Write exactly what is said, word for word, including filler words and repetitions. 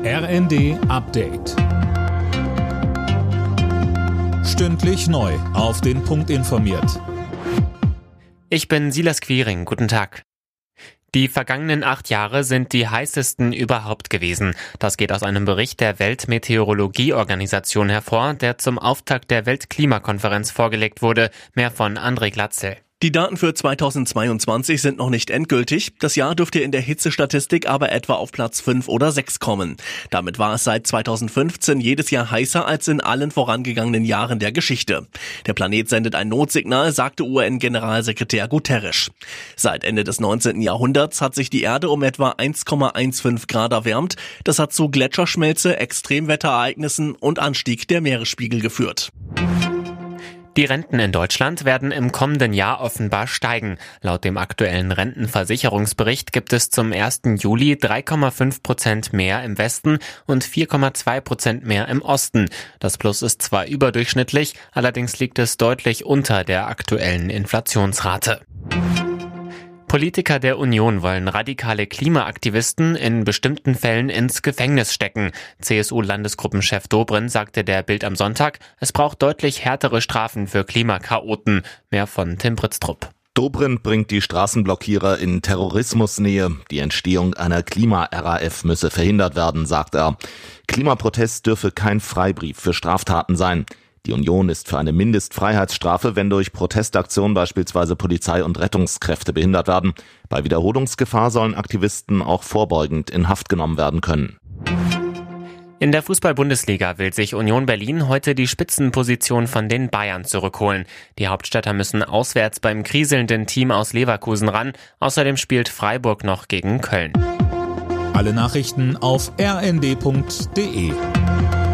R N D Update. Stündlich neu auf den Punkt informiert. Ich bin Silas Quiring. Guten Tag. Die vergangenen acht Jahre sind die heißesten überhaupt gewesen. Das geht aus einem Bericht der Weltmeteorologieorganisation hervor, der zum Auftakt der Weltklimakonferenz vorgelegt wurde. Mehr von André Glatzel. Die Daten für zweitausendzweiundzwanzig sind noch nicht endgültig. Das Jahr dürfte in der Hitzestatistik aber etwa auf Platz fünf oder sechs kommen. Damit war es seit zweitausendfünfzehn jedes Jahr heißer als in allen vorangegangenen Jahren der Geschichte. Der Planet sendet ein Notsignal, sagte U N-Generalsekretär Guterres. Seit Ende des neunzehnten Jahrhunderts hat sich die Erde um etwa eins Komma fünfzehn Grad erwärmt. Das hat zu Gletscherschmelze, Extremwetterereignissen und Anstieg der Meeresspiegel geführt. Die Renten in Deutschland werden im kommenden Jahr offenbar steigen. Laut dem aktuellen Rentenversicherungsbericht gibt es zum ersten Juli drei Komma fünf Prozent mehr im Westen und vier Komma zwei Prozent mehr im Osten. Das Plus ist zwar überdurchschnittlich, allerdings liegt es deutlich unter der aktuellen Inflationsrate. Politiker der Union wollen radikale Klimaaktivisten in bestimmten Fällen ins Gefängnis stecken. C S U-Landesgruppenchef Dobrindt sagte der Bild am Sonntag, es braucht deutlich härtere Strafen für Klimakaoten. Mehr von Tim Britztrup. Dobrindt bringt die Straßenblockierer in Terrorismusnähe. Die Entstehung einer Klima-R A F müsse verhindert werden, sagt er. Klimaprotest dürfe kein Freibrief für Straftaten sein. Die Union ist für eine Mindestfreiheitsstrafe, wenn durch Protestaktionen beispielsweise Polizei und Rettungskräfte behindert werden. Bei Wiederholungsgefahr sollen Aktivisten auch vorbeugend in Haft genommen werden können. In der Fußball-Bundesliga will sich Union Berlin heute die Spitzenposition von den Bayern zurückholen. Die Hauptstädter müssen auswärts beim kriselnden Team aus Leverkusen ran. Außerdem spielt Freiburg noch gegen Köln. Alle Nachrichten auf r n d punkt d e.